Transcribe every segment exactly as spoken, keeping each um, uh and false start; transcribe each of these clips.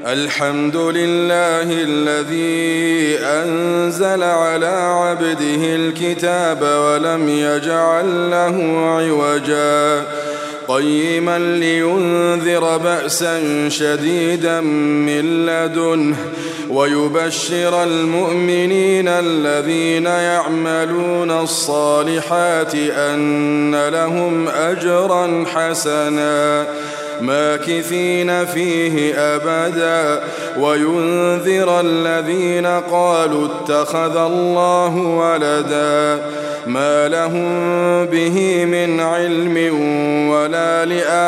الحمد لله الذي أنزل على عبده الكتاب ولم يجعل له عوجا قيما لينذر بأسا شديدا من لدنه ويبشر المؤمنين الذين يعملون الصالحات أن لهم أجرا حسنا ماكثين فيه أبدا وينذر الذين قالوا اتخذ الله ولدا ما لهم به من علم ولا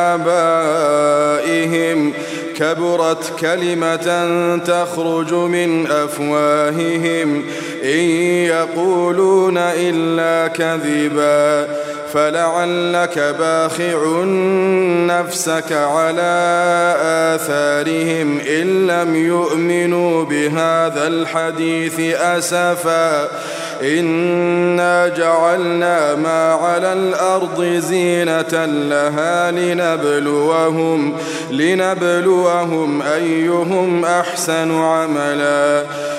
لآبائهم كبرت كلمة تخرج من أفواههم إن يقولون إلا كذبا فلعلك باخع نفسك على آثارهم إن لم يؤمنوا بهذا الحديث أسفا إنا جعلنا ما على الأرض زينة لها لنبلوهم لنبلوهم أيهم أحسن عملا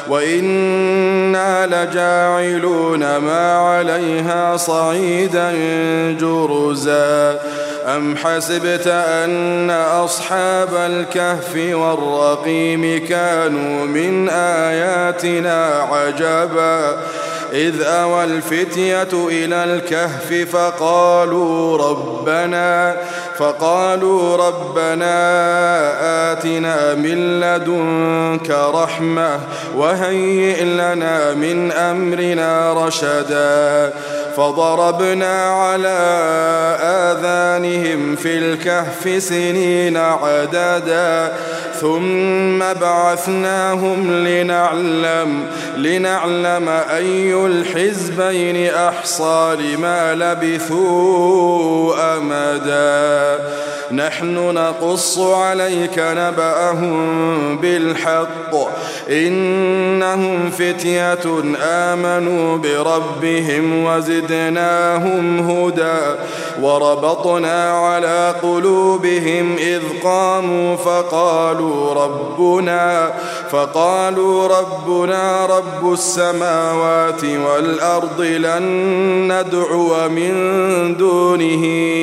وإنا لجاعلون ما عليها صعيدا جرزا أم حسبت أن أصحاب الكهف والرقيم كانوا من آياتنا عجبا إذ أوى الفتية إلى الكهف فقالوا ربنا فقالوا ربنا آتنا من لدنك رحمة وهيئ لنا من أمرنا رشدا فضربنا على آذانهم في الكهف سنين عددا ثم بعثناهم لنعلم لنعلم أي الحزبين أحصى لما لبثوا أمدا نحن نقص عليك نبأهم بالحق إنهم فتية آمنوا بربهم وزدناهم هدى وربطنا على قلوبهم إذ قاموا فقالوا ربنا فقالوا ربنا رب السماوات والأرض لن ندعو من دونه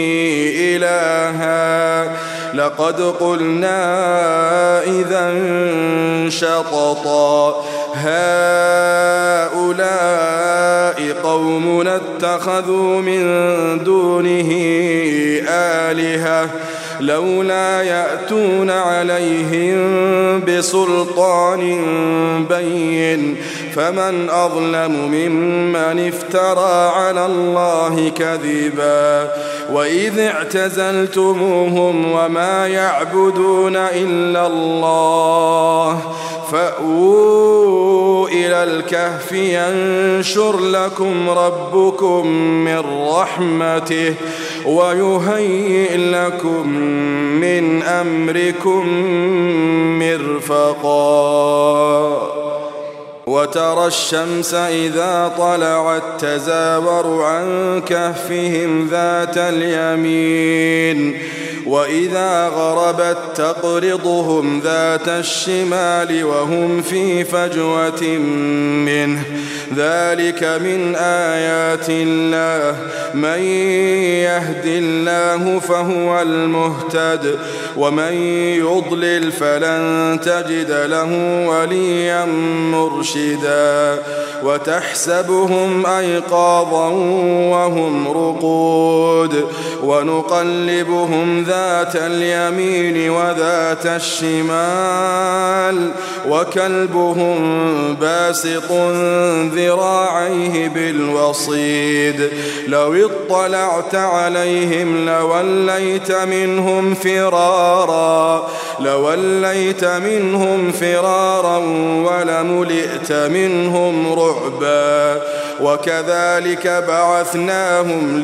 إلها لقد قلنا إذا شططا هؤلاء قومنا اتخذوا من دونه آلهة لولا يأتون عليهم بسلطان بين فمن أظلم ممن افترى على الله كذبا وإذ اعتزلتموهم وما يعبدون إلا الله فأووا إلى الكهف ينشر لكم ربكم من رحمته ويهيئ لكم من أمركم مرفقا وترى الشمس إذا طلعت تزاور عن كهفهم ذات اليمين وإذا غربت تقرضهم ذات الشمال وهم في فجوة منه ذلك من آيات الله من يهد الله فهو المهتد ومن يضلل فلن تجد له وليا مرشدا وتحسبهم أيقاظا وهم رقود ونقلبهم ذات اليمين وذات الشمال وكلبهم باسط ذراعيه بالوصيد لو اطلعت عليهم لوليت منهم فرارا لوليت منهم فرارا ولملئت منهم رعبا وكذلك بعثناهم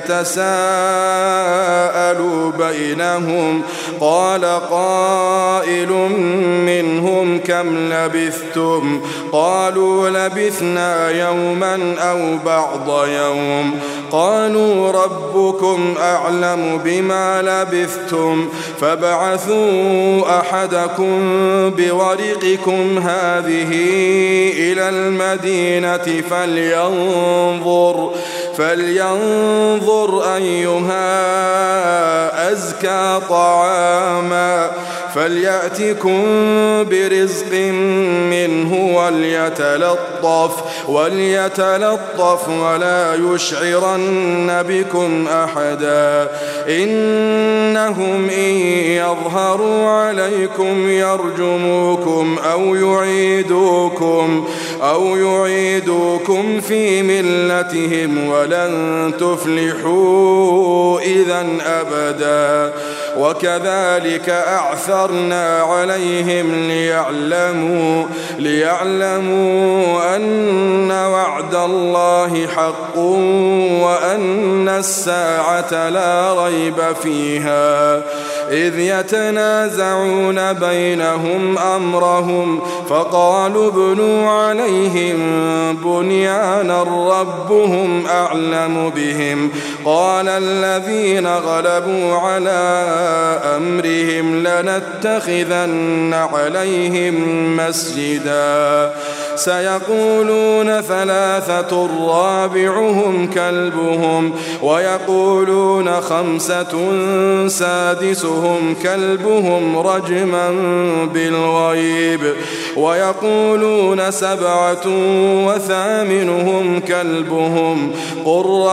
ليتساءلوا بينهم قال قائل منهم كم لبثتم قالوا لبثنا يوما أو بعض يوم قالوا ربكم أعلم بما لبثتم فابعثوا أحدكم بورقكم هذه إلى المدينة فلينظر فلينظر أيها أزكى طعاما فليأتكم برزق منه وليتلطف وليتلطف ولا يشعرن بكم أحدا إنهم إن يظهروا عليكم يرجموكم أو يعيدوكم أو يعيدوكم في ملتهم ولن تفلحوا إذا أبدا وكذلك أعثرنا عليهم ليعلموا ليعلموا أن وعد الله حق وأن الساعة لا ريب فيها إذ يتنازعون بينهم أمرهم فقالوا ابنوا عليهم بنيانا ربهم أعلم بهم قال الذين غلبوا على أمرهم لنتخذن عليهم مسجدا سيقولون ثلاثة رابعهم كلبهم ويقولون خمسة سادسهم كلبهم رجما بالغيب ويقولون سبعة وثامنهم كلبهم قل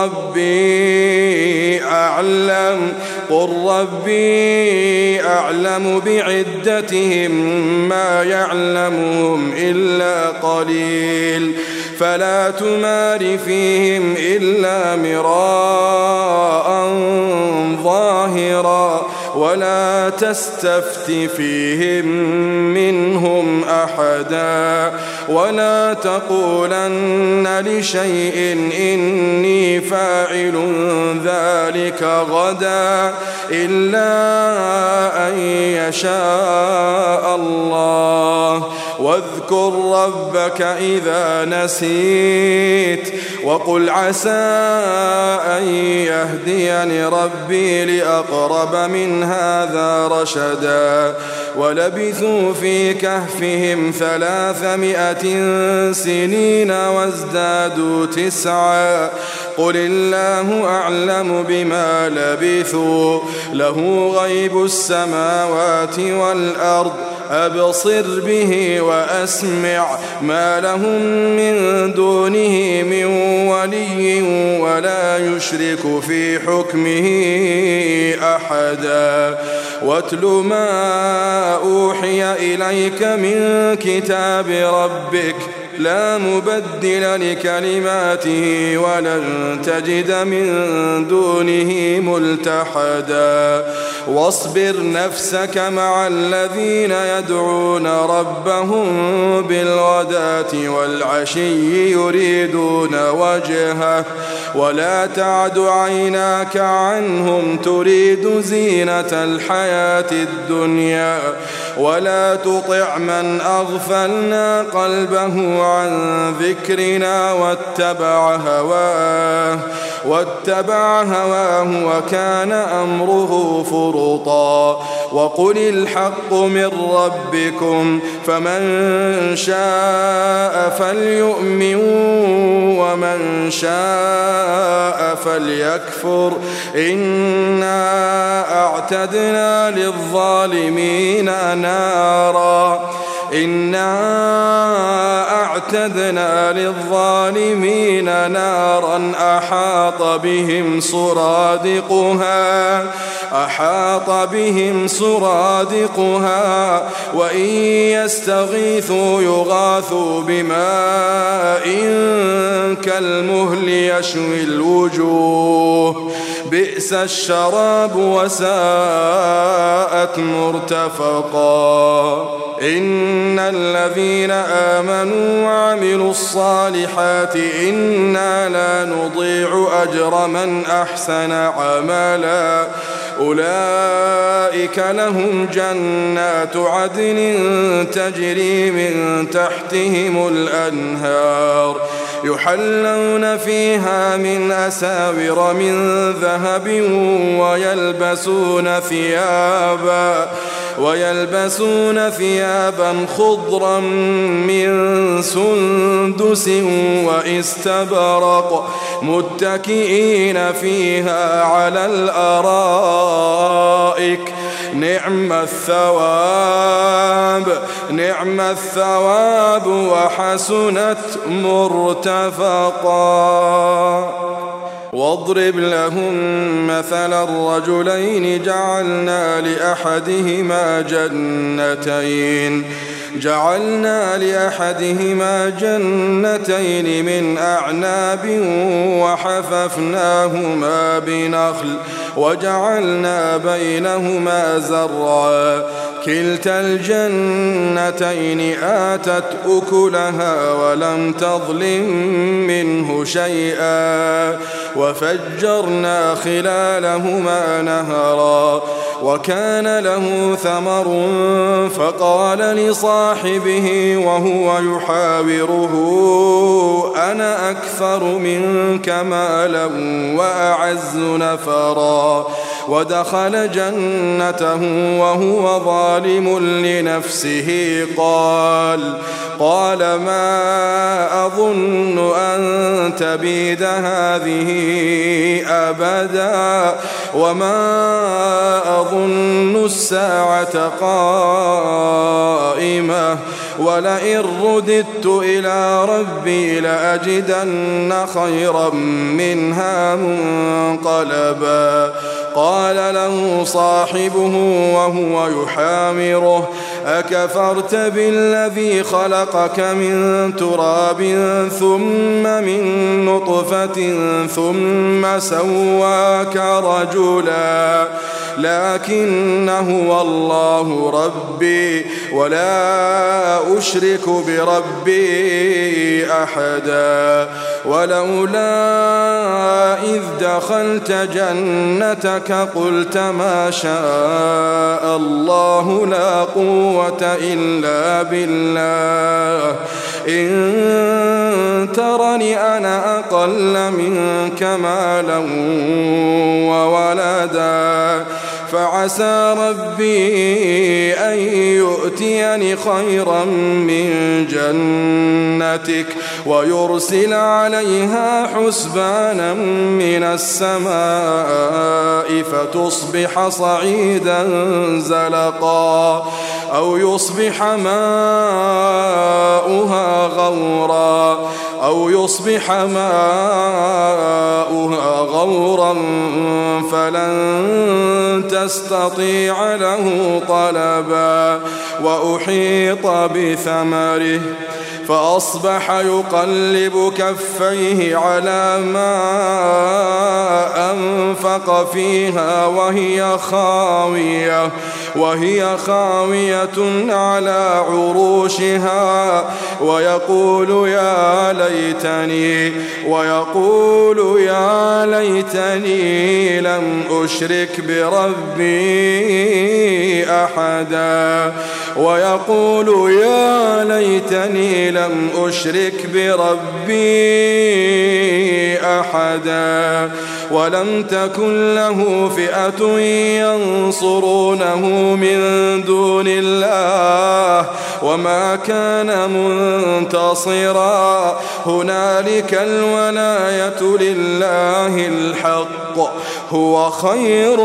ربي أعلم قل ربي أعلم بعدتهم ما يعلمهم إلا قليل فلا تمار فيهم إلا مراء ظاهرا ولا تستفت فيهم منهم أحدا ولا تقولن لشيء إني فاعل ذلك غدا إلا أن يشاء الله واذكر ربك إذا نسيت وقل عسى أن يهديني ربي لأقرب من هذا رشدا ولبثوا في كهفهم ثلاثمائة سنين وازدادوا تسعا قل الله أعلم بما لبثوا له غيب السماوات والأرض أبصر به وأسمع ما لهم من دونه من ولي ولا يشرك في حكمه أحدا واتل ما أوحي إليك من كتاب ربك لا مبدل لكلماته ولن تجد من دونه ملتحدا واصبر نفسك مع الذين يدعون ربهم بالغداة والعشي يريدون وجهه ولا تعد عيناك عنهم تريد زينة الحياة الدنيا ولا تطع من أغفلنا قلبه عن ذكرنا واتبع هواه واتبع هواه وكان أمره فرطا وقل الحق من ربكم فمن شاء فليؤمن ومن شاء فليكفر إنا أعتدنا للظالمين نارا إنا أعتدنا للظالمين نارا أحاط بهم سرادقها أحاط بهم سرادقها وإن يستغيثوا يغاثوا بماء كالمهل يشوي الوجوه بئس الشراب وساءت مرتفقا إن الذين آمنوا وعملوا الصالحات إنا لا نضيع أجر من أحسن عملا أولئك لهم جنات عدن تجري من تحتهم الأنهار يحلون فيها من أساور من ذهب ويلبسون ثيابا ويلبسون ثيابا خضرا من سندس واستبرق متكئين فيها على الأرائك نعم الثواب نعم الثواب وحسنت مرتفقا. واضرب لهم مثل الرجلين جعلنا لأحدهما جنتين جعلنا لأحدهما جنتين من أعناب وحففناهما بنخل وجعلنا بينهما زرعا كلتا الجنتين آتت أكلها ولم تظلم منه شيئا وفجرنا خلالهما نهرا وكان له ثمر فقال لصاحبه وهو يحاوره أنا أكثر منك مالا وأعز نفرا ودخل جنته وهو ظالم لنفسه قال قال ما أظن أن تبيد هذه أبدا وما أظن الساعة قائمة ولئن رددت إلى ربي لأجدن خيرا منها منقلبا. قال له صاحبه وهو يحاوره أكفرت بالذي خلقك من تراب ثم من نطفة ثم سواك رجلا لكن هو الله ربي ولا أشرك بربي أحدا. ولولا إذ دخلت جنتك قلت ما شاء الله لا قوة إلا بالله إن ترني أنا أقل منك مالا وولدا فعسى ربي أن يؤتيني خيرا من جنتك ويرسل عليها حسبانا من السماء فتصبح صعيدا زلقا أو يصبح ماؤها غورا أو يصبح ماؤها غورا فلن تستطيع له طلبا وأحيط بثمره فأصبح يقلب كفيه على ما أنفق فيها وهي خاوية وهي خاوية على عروشها ويقول يا ليتني ويقول يا ليتني لم أشرك بربي أحدا ويقول يا ليتني لم أشرك بربي أحدا ولم تكن له فئة ينصرونه من دون الله وما كان منتصرا هنالك الولاية لله الحق هو خير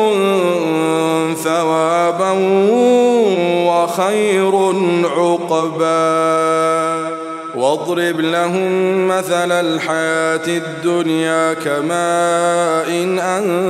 ثوابا وخير عقبا. واضرب لهم مثل الحياة الدنيا كماء إن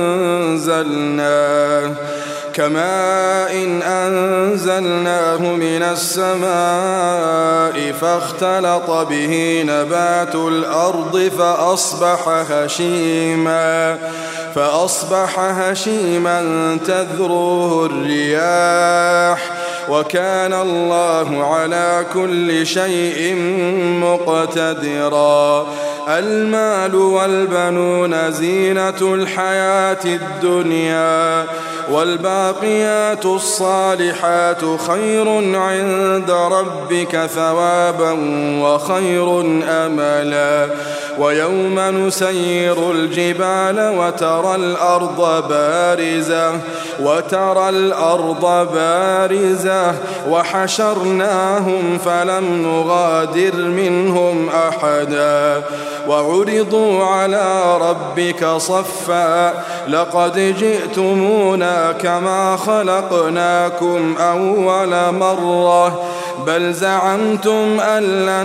أنزلناه كماء إن أنزلناه من السماء فاختلط به نبات الأرض فأصبح هشيما فأصبح هشيما تذروه الرياح وكان الله على كل شيء مقتدرا. المال والبنون زينة الحياة الدنيا والباقيات الصالحات خير عند ربك ثوابا وخير أملا. ويوم نسير الجبال وترى الأرض بارزة وترى الأرض بارزة وحشرناهم فلم نغادر منهم أحدا وعرضوا على ربك صفا لقد جئتمونا كما خلقناكم أول مرة بل زعمتم أن لن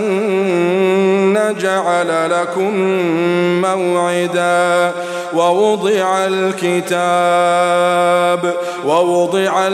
نجعل لكم موعدا. ووضع الكتاب ووضع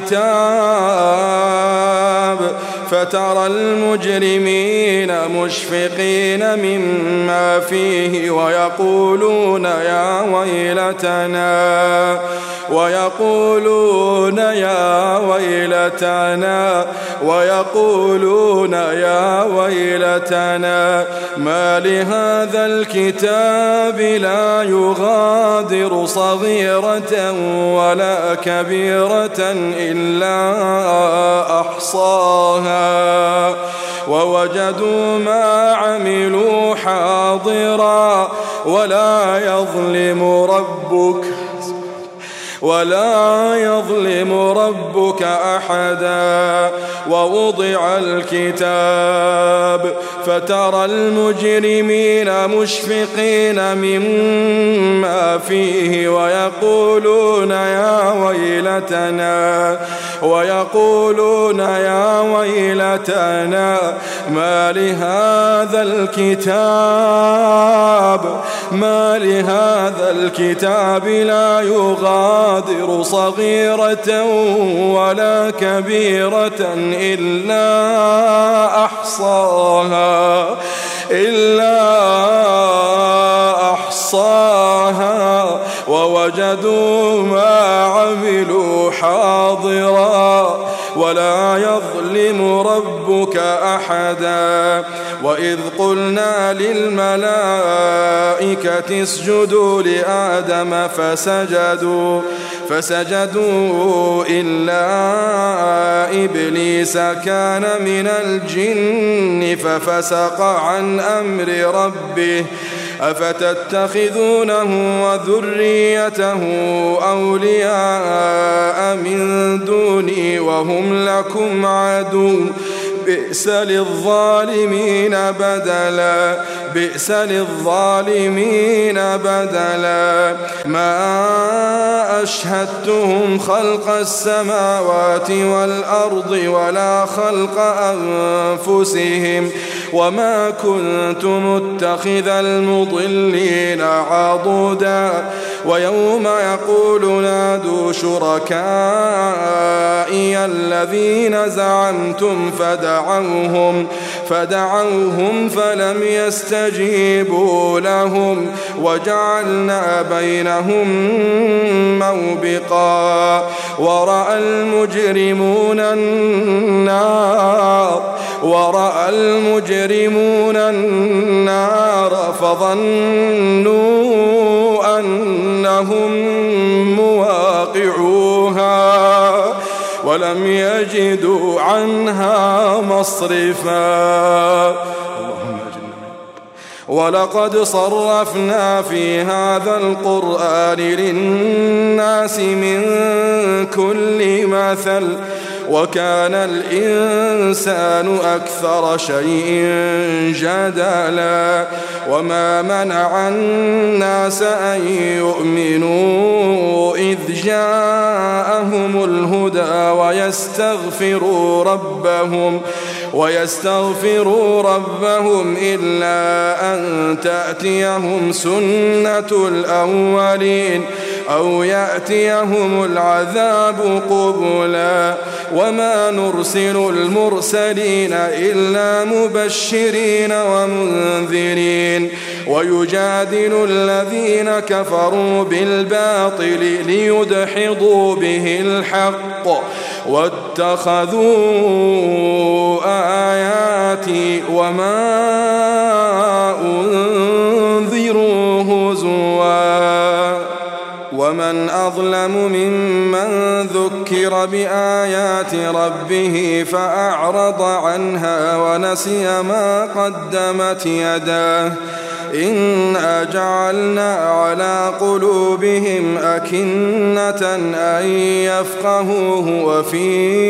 الكتاب فترى المجرمين مشفقين مما فيه ويقولون يا ويلتنا ويقولون يا ويلتنا ويقولون يا ويلتنا ما لهذا الكتاب لا يغادر صغيرة ولا كبيرة إلا أحصاها ووجدوا ما عملوا حاضرا ولا يظلم ربك ولا يظلم ربك أحدا. ووضع الكتاب فترى المجرمين مشفقين مما فيه ويقولون يا ويلتنا ويقولون يا ويلتنا ما لهذا الكتاب ما لهذا الكتاب لا يغادر صغيرة ولا كبيرة إلا أحصاها إلا أحصاها ووجدوا ما عملوا حاضرا ولا يظلم ربك أحدا. وإذ قلنا للملائكة اسجدوا لآدم فسجدوا فسجدوا إلا إبليس كان من الجن ففسق عن أمر ربه أفتتخذونه وذريته أولياء من دوني وهم لكم عدو بئس للظالمين بدلا بئس للظالمين بدلا. ما أشهدتهم خلق السماوات والأرض ولا خلق أنفسهم وما كنت متخذ المضلين عضدا. ويوم يقول نادوا شركائي الذين زعمتم فدعوهم فدعوهم فلم يستجيبوا لهم وجعلنا بينهم موبقا. ورأى المجرمون النار ورأى المجرمون النار فظنوا أنهم مواقعوها ولم يجدوا عنها مصرفا. ولقد صرفنا في هذا القرآن للناس من كل مثل وكان الإنسان أكثر شيء جدلا. وما منع الناس أن يؤمنوا إذ جاءهم الهدى ويستغفروا ربهم ويستغفروا ربهم إلا أن تأتيهم سنة الأولين أو يأتيهم العذاب قبلا. وما نرسل المرسلين إلا مبشرين ومنذرين ويجادل الذين كفروا بالباطل ليدحضوا به الحق بالحق واتخذوا آياتي وما أنذروا هزوا ومن أظلم ممن ذكر بآيات ربه فأعرض عنها ونسي ما قدمت يداه إنا جعلنا على قلوبهم أكنة أن يفقهوه وفي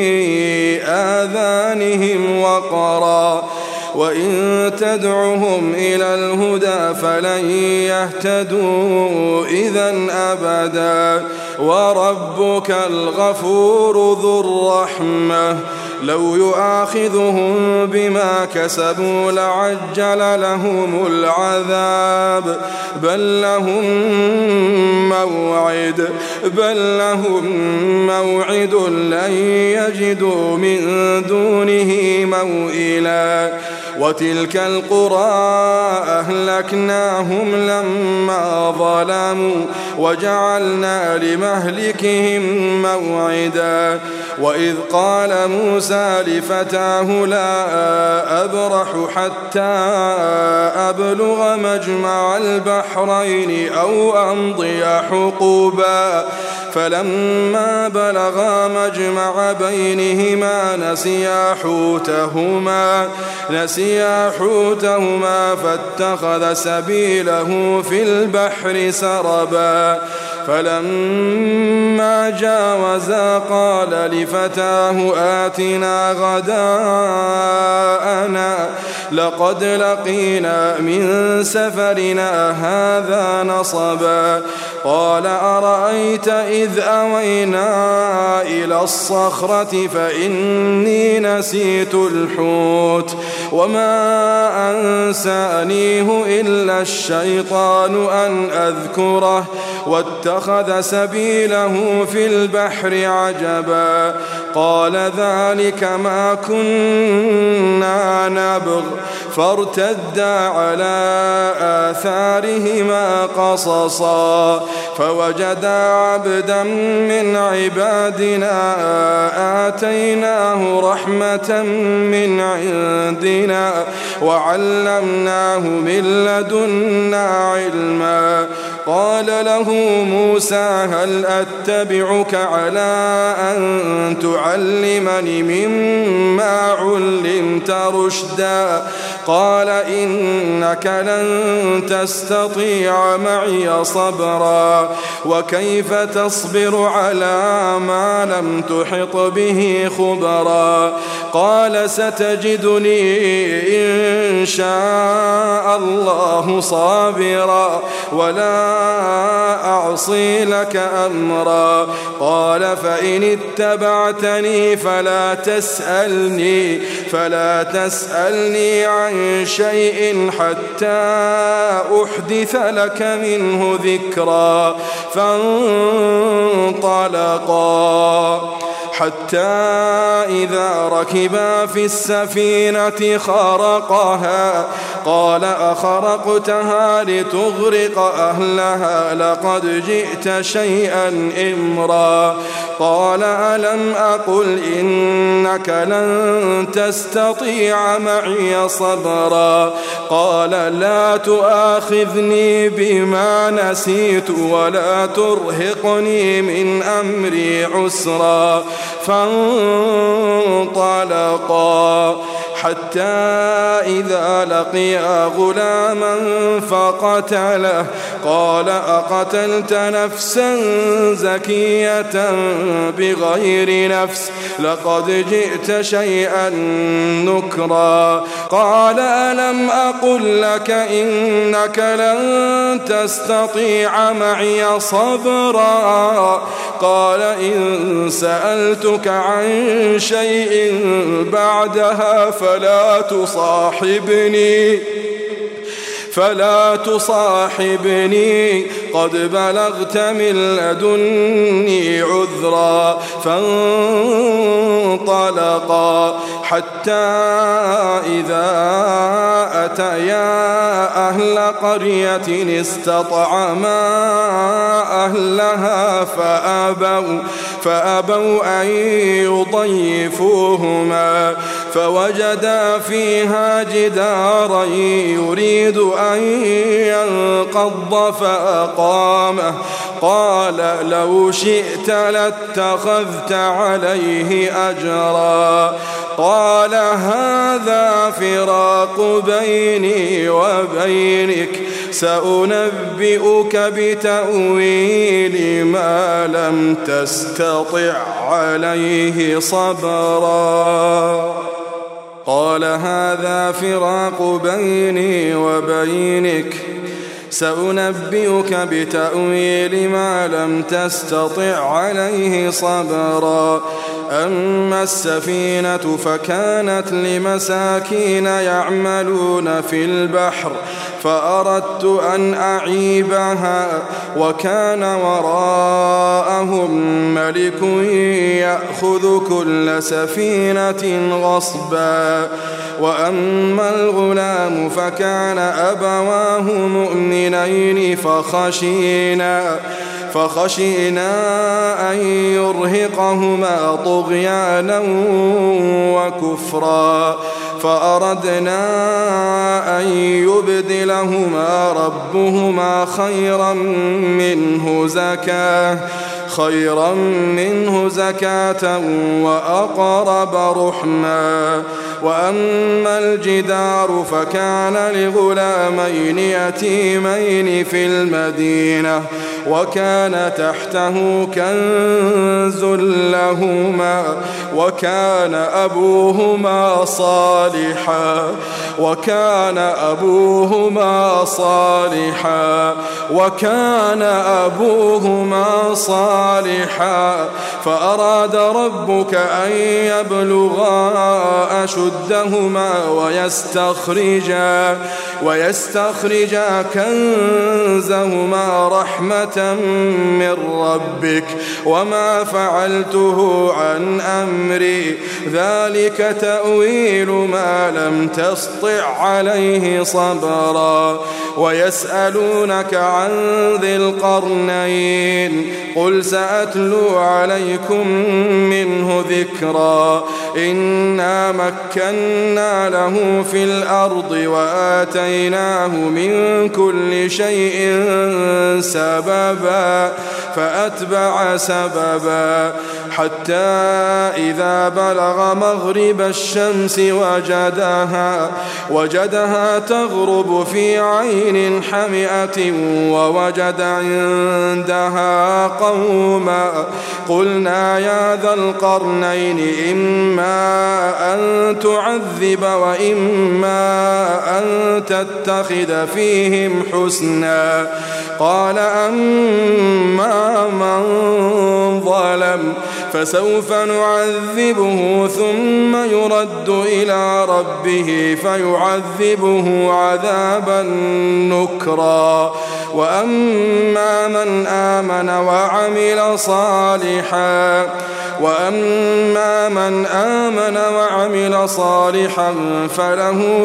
آذانهم وقرا وإن تدعهم إلى الهدى فلن يهتدوا إذن أبدا وربك الغفور ذو الرحمة لو يؤاخذهم بما كسبوا لعجل لهم العذاب بل لهم موعد بل لهم موعد لن يجدوا من دونه موئلا وتلك القرى أهلكناهم لما ظلموا وجعلنا لمهلكهم موعدا وإذ قال موسى لفتاه لا أبرح حتى أبلغ مجمع البحرين أو أمضي حقوبا فلما بلغا مجمع بينهما نسيا حوتهما نسيا حوتهما فاتخذ سبيله في البحر سربا فلما جاوزا قال لفتاه آتنا غداءنا لقد لقينا من سفرنا هذا نصبا قال أرأيت إذ أوينا إلى الصخرة فإني نسيت الحوت وما أنسانيه إلا الشيطان أن أذكره واتخذ سبيله في البحر عجبا قال ذلك ما كنا نبغ فارتدا على آثارهما قصصا فوجدا عبدا من عبادنا آتيناه رحمة من عندنا وعلمناه من لدنا علما قال له موسى هل أتبعك على أن تعلمني مما علمت رشدا قال إنك لن تستطيع معي صبرا وكيف تصبر على ما لم تحط به خبرا قال ستجدني إن شاء الله صابرا ولا أعصي لك أمرا قال فإن اتبعتني فلا تسألني فلا تسألني عن شيء حتى أحدث لك منه ذكرا فانطلقا حتى إذا ركبا في السفينة خرقها قال أخرقتها لتغرق أهلها لقد جئت شيئا إمرا قال ألم أقل إنك لن تستطيع معي صبرا قال لا تؤاخذني بما نسيت ولا ترهقني من أمري عسرا فانطلقا حتى إذا لقيا غلاما فقتله قال أقتلت نفسا زكية بغير نفس لقد جئت شيئا نكرا قال ألم أقل لك إنك لن تستطيع معي صبرا قال إن سألتك عن شيء بعدها فلا تصاحبني فلا تصاحبني قد بلغت من لدني عذرا فانطلقا حتى إذا أتيا أهل قرية استطعما أهلها فأبوا, فأبوا أن يضيفوهما فوجدا فيها جدارا يريد أن ينقض فأقامه قال لو شئت لاتخذت عليه أجرا قال هذا فراق بيني وبينك سأنبئك بتأويل ما لم تستطع عليه صبرا قال هذا فراق بيني وبينك سأنبئك بتأويل ما لم تستطع عليه صبرا أما السفينة فكانت لمساكين يعملون في البحر فأردت أن أعيبها وكان وراءهم ملك يأخذ كل سفينة غصبا وأما الغلام فكان أبواه مؤمنين فخشينا فخشينا أن يرهقهما طغيانا وكفرا فأردنا أن يبدلهما ربهما خيرا منه زكاة خيرا منه زكاة وأقرب رحما وأما الجدار فكان لغلامين يتيمين في المدينة وكان تحته كنز لهما وكان أبوهما صالحا وكان أبوهما صالحا وكان أبوهما صالحا فأراد ربك أن يبلغا أشدهما ويستخرجا ويستخرجا كنزهما رحمة من ربك وما فعلته عن أمري ذلك تأويل ما لم تسطع عليه صبرا ويسألونك عن ذي القرنين قل سأتلو عليكم منه ذكرا إنا مكنا له في الأرض وآتيناه من كل شيء سببا فأتبع سببا حتى إذا بلغ مغرب الشمس وجدها وجدها تغرب في عين حمئة ووجد عندها قوما قلنا يا ذا القرنين إما أن تعذب وإما أن تتخذ فيهم حسنا قال أما من ظلم فسوف نعذبه ثم يرد إلى ربه فيعذبه عذابا نكرا وأما من آمن وعمل صالحا وأما من آمن وعمل صالحا فله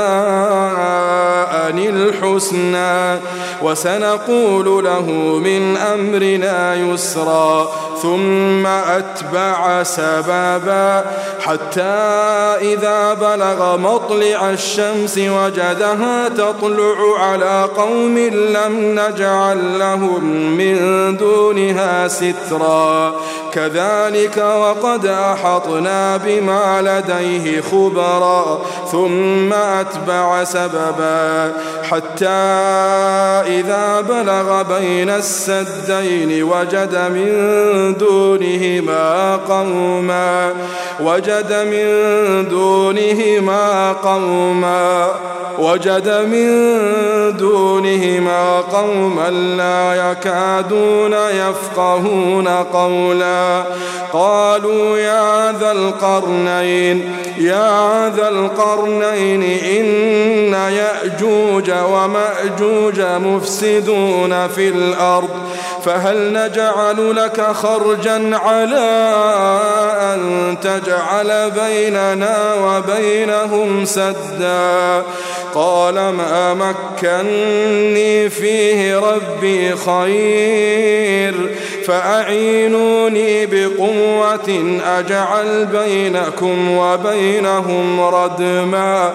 جزاء الحسنى وسنقول له من أمرنا يسرا ثم أتبع سببا حتى إذا بلغ مطلع الشمس وجدها تطلع على قوم لم نجعل لهم من دونها سترا كذلك وقد أحطنا بما لديه خبرا ثم أتبع سببا حتى إذا بلغ بين السدين وجد من دونهما قوما وجد من دونهما قوما وجد من دونهما قوما لا يكادون يفقهون قولا قالوا يا ذا القرنين يا ذا القرنين إن يأجوج ومأجوج مفسدون في الأرض فهل نجعل لك خرجا على أن تجعل بيننا وبينهم سدا قال ما مكني فيه ربي خير فأعينوني بقوة أجعل بينكم وبينهم ردما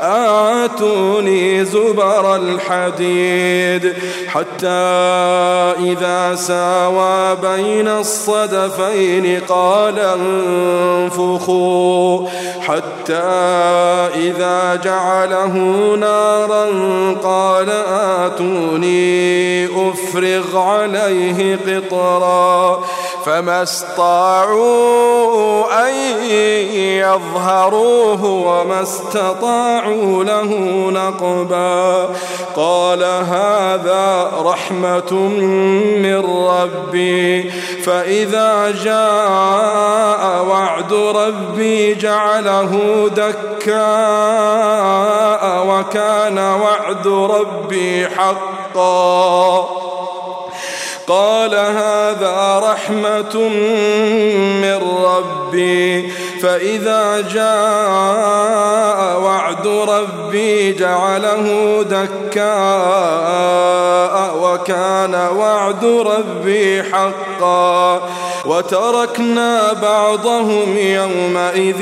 آتوني زبر الحديد حتى إذا ساوى بين الصدفين قال انفخوا حتى إذا جعله نارا قال آتوني أفرغ عليه قطرا فما استطاعوا أن يظهروه وما استطاعوا له نقبا قال هذا رحمة من ربي فإذا جاء وعد ربي جعله دكاء وكان وعد ربي حقا قال هذا رحمة من ربي فإذا جاء وعد ربي جعله دكاء وكان وعد ربي حقا وتركنا بعضهم يومئذ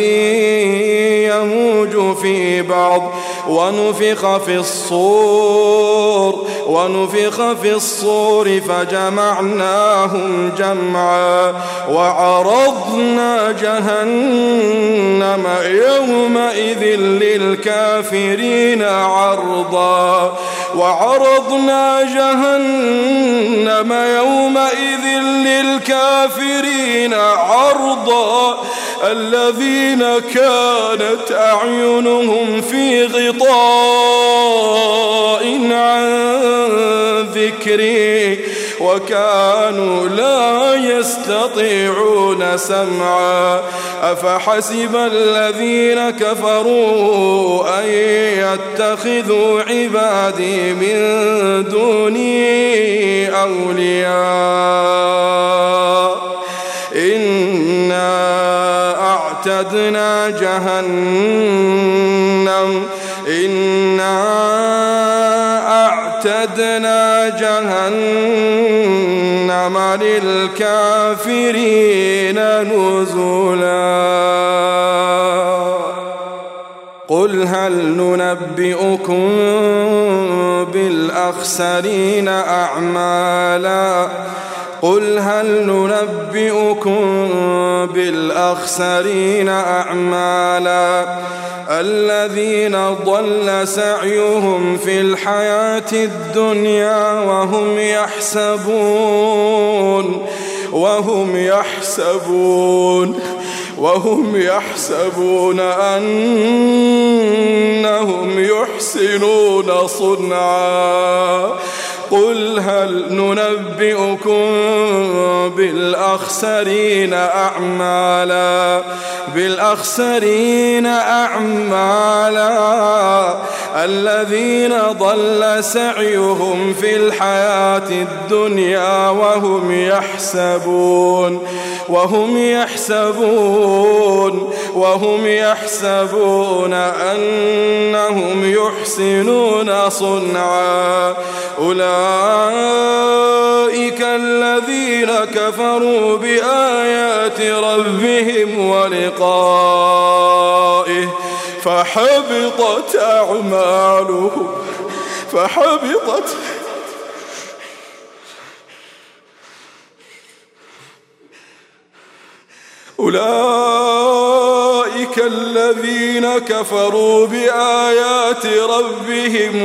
يموج في بعض ونفخ في الصور ونفخ في الصور فجمعناهم جمعا وعرضنا جهنم يومئذ للكافرين عرضا وعرضنا جهنم يومئذ للكافرين عرضا الذين كانت أعينهم في غطاء عن ذكري وكانوا لا يستطيعون سمعا أفحسب الذين كفروا أن يتخذوا عبادي من دوني أولياء إنا أعتدنا جهنم إنا أعتدنا جهنم للكافرين نزلا قل هل ننبئكم بالأخسرين أعمالا قل هل ننبئكم بالأخسرين أعمالا الذين ضل سعيهم في الحياة الدنيا وهم يحسبون وهم يحسبون وهم يحسبون أنهم يحسنون صنعا قل هل ننبئكم بالأخسرين أعمالا بالأخسرين أعمالا الذين ضل سعيهم في الحياة الدنيا وهم يحسبون وهم يحسبون وهم يحسبون أنهم يحسنون صنعا أولئك الذين كفروا بآيات ربهم ولقائه فحبطت أعمالهم فحبطت أولئك الذين كفروا بآيات ربهم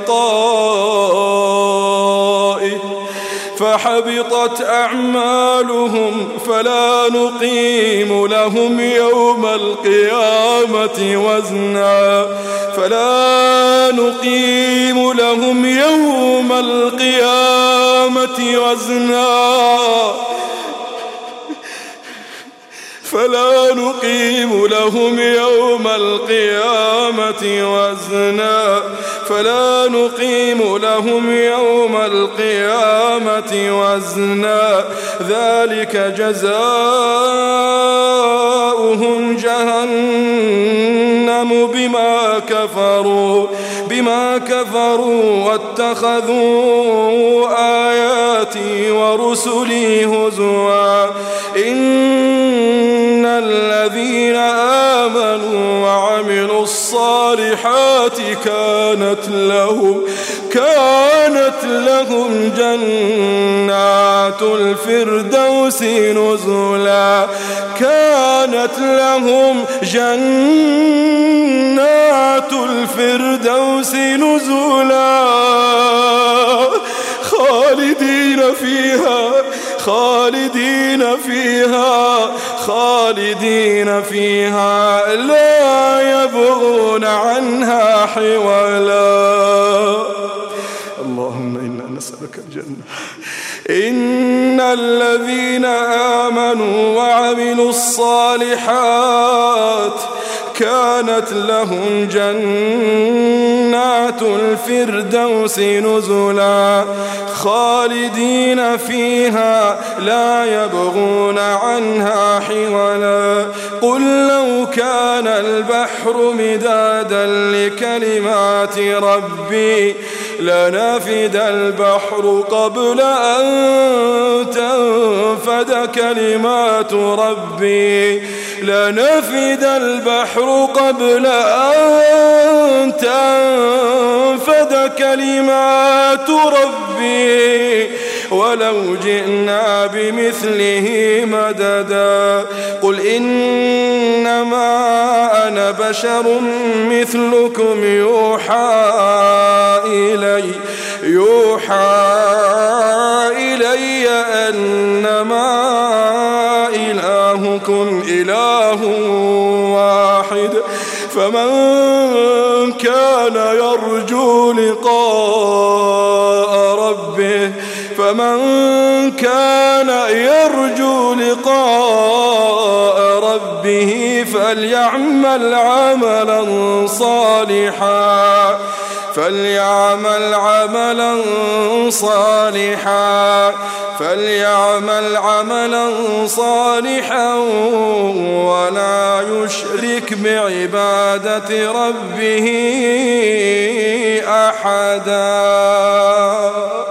ولقائه فحبطت أعمالهم فلا نقيم لهم يوم القيامة وزنا فلا نقيم لهم يوم القيامة وزنا فلا نقيم لهم يوم القيامة وزنا فلا نقيم لهم يوم القيامة وزنا ذلك جزاؤهم جهنم بما كفروا بما كفروا واتخذوا آياتي ورسلي هزوا إن الذين آمنوا وعملوا الصالحات كانت لهم كانت لهم جنات الفردوس نزلا كانت لهم جنات الفردوس نزلا خالدين فيها خالدين فيها خالدين فيها لا يبغون عنها حولا. اللهم إنا نسألك الجنة. إن الذين آمنوا وعملوا الصالحات كانت لهم جنات الفردوس نزلا خالدين فيها لا يبغون عنها حولا. قل لو كان البحر مدادا لكلمات ربي لنفد البحر قبل أن تنفد كلمات ربي لنفد البحر قبل أن تنفد كلمات ربي ولو جئنا بمثله مددا. قل إنما أنا بشر مثلكم يوحى إلي يوحى إلي أنما إلهكم إله واحد فمن كان يرجو لقاء ربه فمن كان يرجو لقاء ربه فليعمل عملا صالحا فليعمل عملا صالحا فليعمل عملا صالحا ولا يشرك بعبادة ربه أحدا.